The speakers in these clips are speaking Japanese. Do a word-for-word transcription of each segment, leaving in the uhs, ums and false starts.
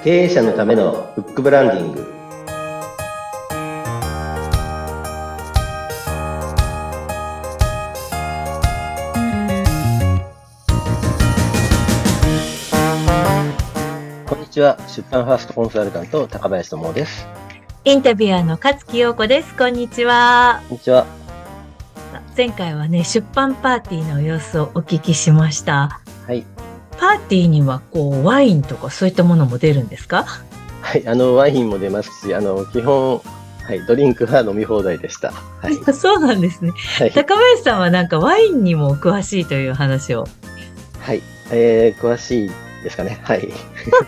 経営者のためのフックブランディング。こんにちは、出版ファーストコンサルタント高林智です。 インタビュアーの勝木陽子です。こんにちは。 こんにちは。 前回はね、出版パーティーの様子をお聞きしました。 はい。 パーティーにはこうワインとかそういったものも出るんですか？ はい、あのワインも出ますし、あの基本、はい、ドリンクは飲み放題でした。はい。 そうなんですね。はい、高林さんはなんかワインにも詳しいという話を。 はい、えー、詳しいですかね。はい。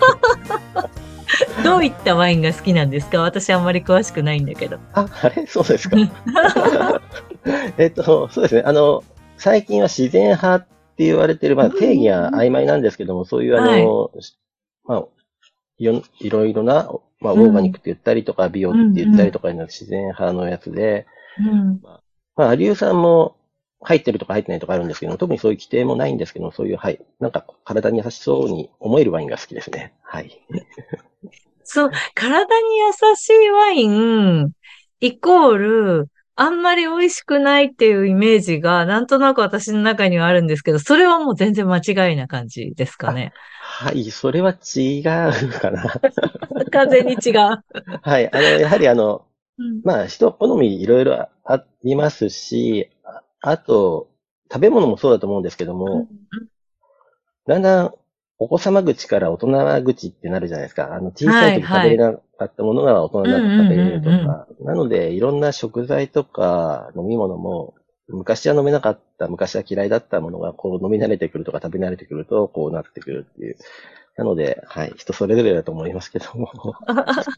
どういったワインが好きなんですか？私あんまり詳しくないんだけど。 あ、あれそうですか。えっと、そうですね。あの、最近は自然派って言われてる、まあ定義は曖昧なんですけども、そういうあの、はい、まあ、いろいろな、まあ、オーガニックって言ったりとか、ビオって言ったりとかいうのは自然派のやつで、うん、まあ、アリュー酸も入ってるとか入ってないとかあるんですけど、特にそういう規定もないんですけど、そういう、はい、なんか体に優しそうに思えるワインが好きですね。はい。 そう、体に優しいワイン、イコール、あんまり美味しくないっていうイメージが、なんとなく私の中にはあるんですけど、それはもう全然間違いな感じですかね。 はい、それは違うかな。 完全に違う。 はい、あの、やはりあの、うん、まあ、人好みいろいろありますし、あ, あと、食べ物もそうだと思うんですけども、うん、だんだんお子様口から大人口ってなるじゃないですか。あの、小さい時食べれなかったものが大人になって食べれるとか。なので、いろんな食材とか飲み物も、昔は飲めなかった、昔は嫌いだったものが、こう飲み慣れてくるとか食べ慣れてくると、こうなってくるっていう。なので、はい、人それぞれだと思いますけども。はい、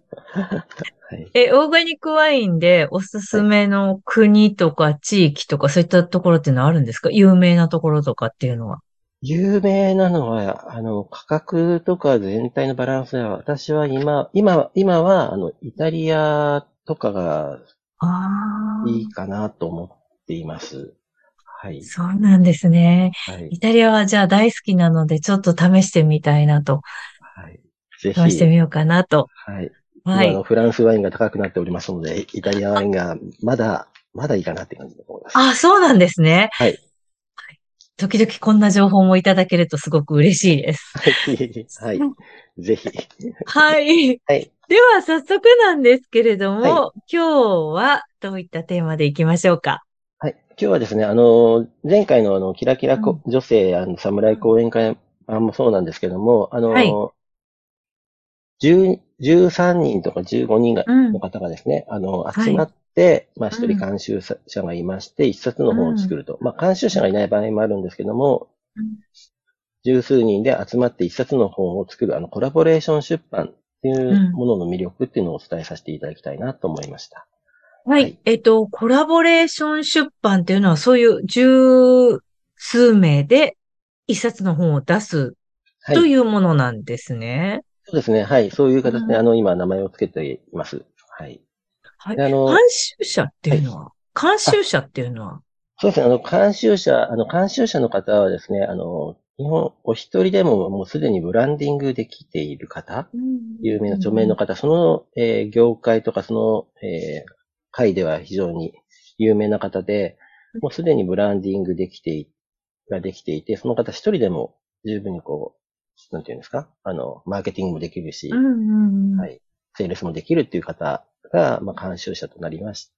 え、オーガニックワインでおすすめの国とか地域とかそういったところっていうのはあるんですか？有名なところとかっていうのは。 有名なのは、あの、価格とか全体のバランスでは、私は今、今、今は、あの、イタリアとかがいいかなと思っています。はい。 そうなんですね。はい、イタリアはじゃあ大好きなので、ちょっと試してみたいなと。 はい。ぜひ。 試してみようかなと。 はい。はい。今のフランスワインが高くなっておりますので、イタリアワインがまだ、まだいいかなって感じだと思います。 あ、そうなんですね。 はい。 時々こんな情報もいただけるとすごく嬉しいです。 はい。はい。ぜひ。 はい。はい。では早速なんですけれども、はい、今日はどういったテーマでいきましょうか。 はい。今日はですね、あの、前回のあの、キラキラ女性、あの、侍講演会もそうなんですけども、あの、はい、じゅう、じゅうさんにんとかじゅうごにんが、の方がですね、あの、集まって、はい、まあ、一人監修者がいまして、一冊の本を作ると。まあ、監修者がいない場合もあるんですけども、十数人で集まって一冊の本を作る、あの、コラボレーション出版っていうものの魅力っていうのをお伝えさせていただきたいなと思いました。 はい。はい、えっと、コラボレーション出版っていうのは、そういう十数名で一冊の本を出すというものなんですね。はい、 そうですね。はい。そういう形で、あの、今、名前を付けています。はい。 はい。あの、監修者っていうのは、はい、監修者っていうのはそうですね。あの、監修者、あの、監修者の方はですね、あの、日本、お一人でももうすでにブランディングできている方、有名な著名の方、その、えー、業界とかその、えー、会では非常に有名な方で、もうすでにブランディングできてい、ができていて、その方一人でも十分にこう、なんていうんですか、あの、マーケティングもできるし、はい、セールスもできるっていう方が、まあ、監修者となりまして、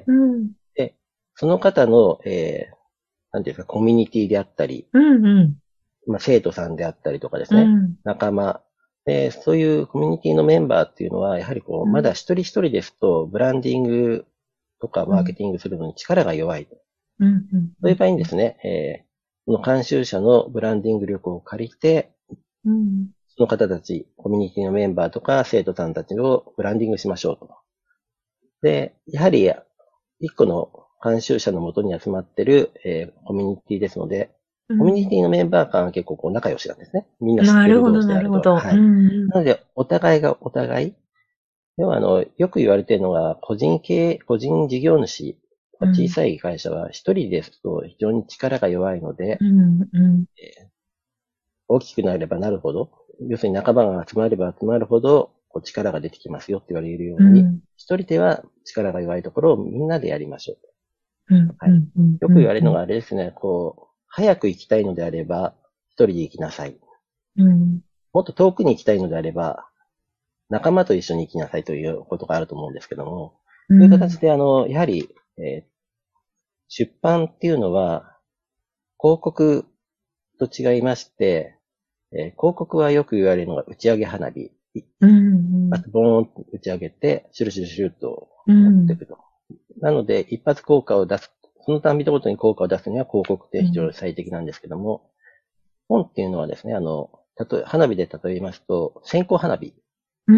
うんでその方の、えー、なんていうんですか、コミュニティであったり、うんうんまあ、生徒さんであったりとかですね、うん、仲間、で、そういうコミュニティのメンバーっていうのは、やはりこう、うん、まだ一人一人ですと、ブランディングとかマーケティングするのに力が弱い。うんうんうん、そういう場合にですね、えー、この監修者のブランディング力を借りて、うん、その方たち、コミュニティのメンバーとか生徒さんたちをブランディングしましょうと。で、やはり、一個の監修者のもとに集まってる、えー、コミュニティですので、うん、コミュニティのメンバー間は結構こう仲良しなんですね。みんな知ってる同士であると。なるほど、なるほど。はい。うん、なので、お互いがお互い、要はあの、よく言われているのが、個人経営、個人事業主、小さい会社は一人ですと非常に力が弱いので、うんうんえー、大きくなればなるほど、 要するに仲間が集まれば集まるほど、こう力が出てきますよって言われるように、 うん、 一人では力が弱いところをみんなでやりましょう。 うん、 はい。 うん、うん、 よく言われるうん、 のがあれですね、こう、早く行きたいのであれば、一人で行きなさい。 うん、 もっと遠くに行きたいのであれば、仲間と一緒に行きなさいということがあると思うんですけども、 うそういう形ん、 で、あの、やはり、えー出版っていうのは、広告と違いまして、えー広告はよく言われるのが打ち上げ花火。 うん、 あと、ボーンと打ち上げて、シュルシュルシュルとうん、 持っていくと。なので、一発効果を出す、その単ビごとに効果を出すには広告って非常に最適なんですけども、本っていうのはですね、あの、たとえ、花火で例えますと、線香花火。 うん、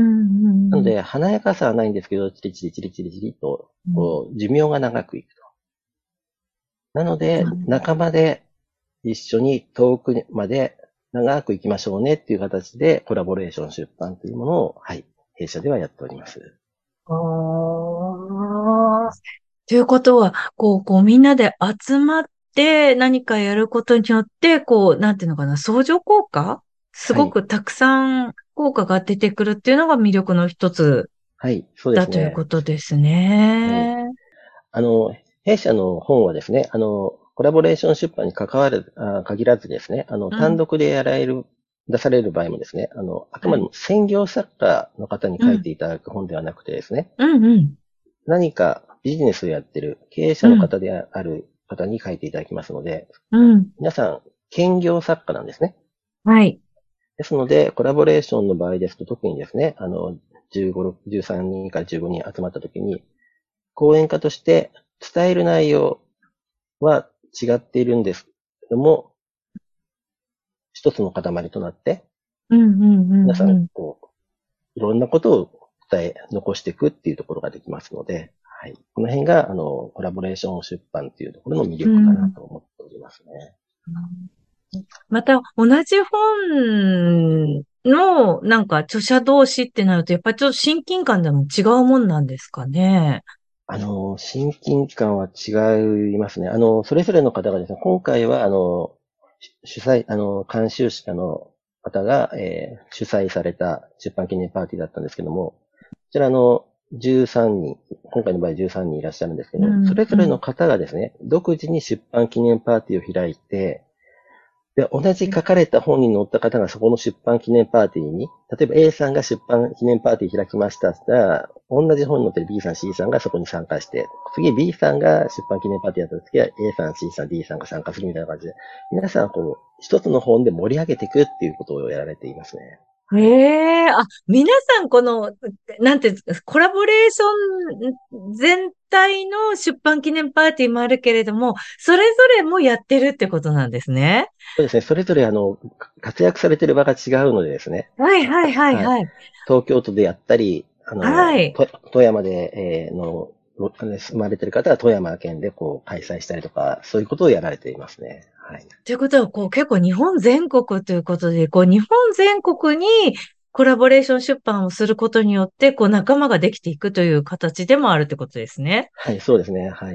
なので、華やかさはないんですけど、チリチリチリチリチリと、 うん、 こう、寿命が長くいくと。なので、仲間で一緒に遠くまで長く行きましょうねっていう形で、コラボレーション出版というものを、はい、弊社ではやっております。 ああ。ということは、こう、こう、みんなで集まって何かやることによって、こう、なんていうのかな、相乗効果すはい。 ごくたくさん効果が出てくるっていうのが魅力の一つはい、そうでだというすね。 ことですはい。 ね。 あの、弊社の本はですね、あの、コラボレーション出版に関わる、あ限らずですね、あの、 うん。 単独でやられる、出される場合もですね、あの、あくはい。 までも専業作家の方にうん。 書いていただく本ではなくてですね、 うん、うん。 何かビジネスをやってる経営うん。 者の方である方に書いていただきますので、 うん。 皆さん、兼業作家なんですね。 はい。 ですので、コラボレーションの場合ですと特にですね、あの、じゅうご、じゅうさんにんからじゅうごにん集まった時に、講演家として伝える内容は違っているんですけども、一つの塊となって、 うん、うん、うん、う皆さん、 ん。 こう、いろんなことを伝え、残していくっていうところができますので、はい。この辺が、あの、コラボレーション出版っていうところの魅力かなうん。 と思っておりますね。 また、同じ本の、なんか、著者同士ってなると、やっぱりちょっと親近感でも違うもんなんですかね。 あの、親近感は違いますね。あの、それぞれの方がですね、今回は、あの、主催、あの、監修者の方が、えー主催された出版記念パーティーだったんですけども、こちらのじゅうさんにん、今回の場合じゅうさんにんいらっしゃるんですけど、そうん、うん。 れぞれの方がですね、独自に出版記念パーティーを開いて、で、同じ書かれた本に載った方がそこの出版記念パーティーに、例えば A さんが出版記念パーティー開きましたって言ったら、同じ本に載ってる B さん、C さんがそこに参加して、次 B さんが出版記念パーティーやった時は A さん、C さん、D さんが参加するみたいな感じで、皆さんこう、一つの本で盛り上げていくっていうことをやられていますね。 えはい。 えあ、皆さんこの、なんていうんですか、コラボレーション全体の出版記念パーティーもあるけれども、それぞれもやってるってことなんですね。 そうですね。それぞれあの、活躍されている場が違うのでですね。 はいはいはいはい。 はい。 東京都でやったり、あの、 はい。 と富山で、えーの、あの住まれている方は富山県でこう開催したりとか、そういうことをやられていますね。はい。 ということは、こう結構日本全国ということで、こう日本全国にコラボレーション出版をすることによって、こう仲間ができていくという形でもあるってことですね。 はい、そうですね。はい。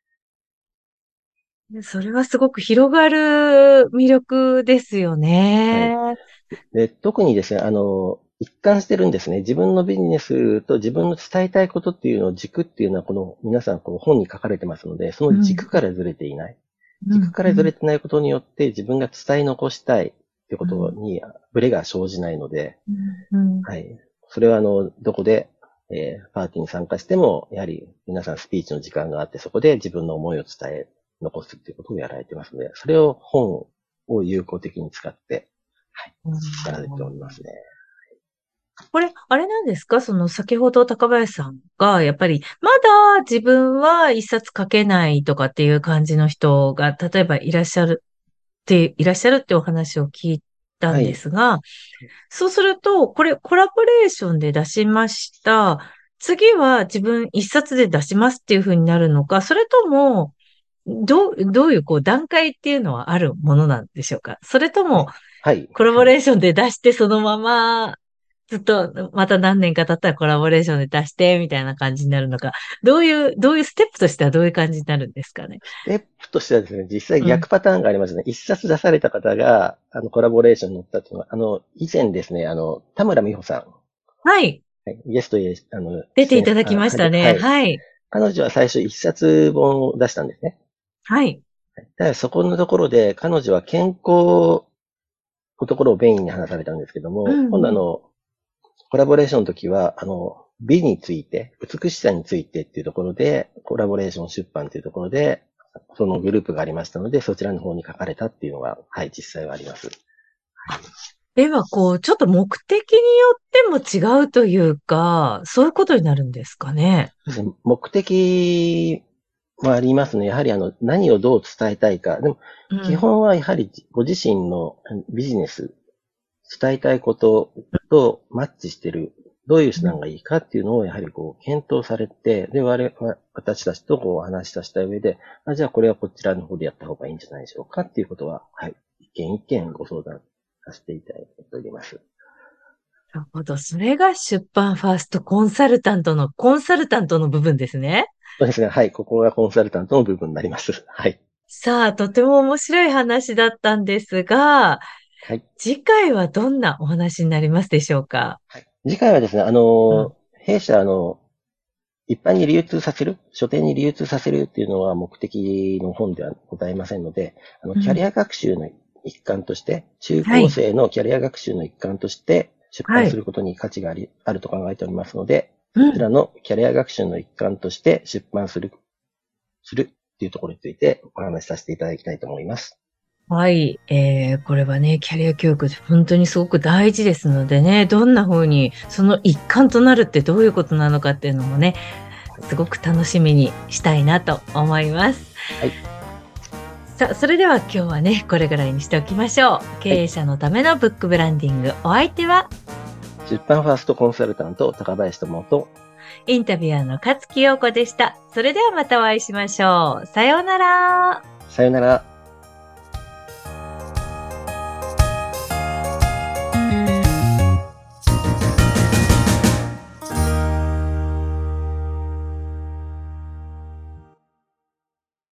でそれはすごく広がる魅力ですよはい。 ね。 で、特にですね、あの、一貫してるんですね。自分のビジネスと自分の伝えたいことっていうのを軸っていうのは、この皆さんこの本に書かれてますので、そのうん、 軸からずれていない。 うん、 軸からずれうん、 てないことによって自分が伝え残したいってこうん、 とにブレが生じないので、 うん、うん。 はい。それはあの、どこで、えーパーティーに参加しても、やはり皆さんスピーチの時間があって、そこで自分の思いを伝え、残すっていうことをやられてますので、それを本を有効的に使って、はい、やられておりますね。 これ、あれなんですか？その先ほど高林さんが、やっぱり、まだ自分は一冊書けないとかっていう感じの人が、例えばいらっしゃるって、いらっしゃるってお話を聞いたんではい。 すが、そうすると、これコラボレーションで出しました。次は自分一冊で出しますっていう風になるのか、それとも、どう、どういうこう段階っていうのはあるものなんでしょうか？それとも、 はい。 コラボはい。 レーションで出してそのままずっと、また何年か経ったらコラボレーションで出して、みたいな感じになるのか。どういう、どういうステップとしてはどういう感じになるんですかね。 ステップとしてはですね、実際うん。 逆パターンがありますね。一冊出された方が、あの、コラボレーションに乗ったっていうのは、あの、以前ですね、あの、田村美穂さん、 はい。 はい、ゲストへ、あの、出演、 出ていただきあ、 まはい、はしたね。 い。 はい。 彼女は最初一冊本を出したんですね。 はい。 ただそこのところで、彼女は健康のところをメインに話されたんですけども、 うんうん。 今度あの、コラボレーションの時は、あの、美について、美しさについてっていうところで、コラボレーション出版っていうところで、そのグループがありましたので、そちらの方に書かれたっていうのが、はい、実際はあります。 あ、では、こう、ちょっと目的によっても違うというか、そういうことになるんですかね。 目的もありますね。やはりあの、何をどう伝えたいか。でも、 うん。 基本はやはりご自身のビジネス、伝えたいこととマッチしてる、どういう手段がいいかっていうのをやはりこう検討されて、で、我々、私たちとこう話し出した上で、あ、じゃあこれはこちらの方でやった方がいいんじゃないでしょうかっていうことは、はい、一件一件ご相談させていただいております。 なるほど。それが出版ファーストコンサルタントの、コンサルタントの部分ですね。 そうですね。はい。ここがコンサルタントの部分になります。はい。 さあ、とても面白い話だったんですが、 はい。 次回はどんなお話になりますでしょうか？ はい。次回はですね、あうん。 の、弊社、あの、一般に流通させる、書店に流通させるっていうのは目的の本ではございませんので、あの、 うん。 キャリア学習の一環として、中はい。 高生のキャリア学習の一環として出はい。 版することに価値があり、あると考えておりますので、 うん。 そちらのキャリア学習の一環として出版する、するっていうところについてお話しさせていただきたいと思います。 はい。えー、これはね、キャリア教育で本当にすごく大事ですのでね、どんな風にその一環となるってどういうことなのかっていうのもね、すごく楽しみにしたいなと思います。 はい。 さあ、それでは今日はね、これぐらいにしておきましょう。 はい。 経営者のためのブックブランディング。お相手は、 出版ファーストコンサルタント、高林智と、 インタビュアーの勝木陽子でした。それではまたお会いしましょう。さようなら。 さよなら。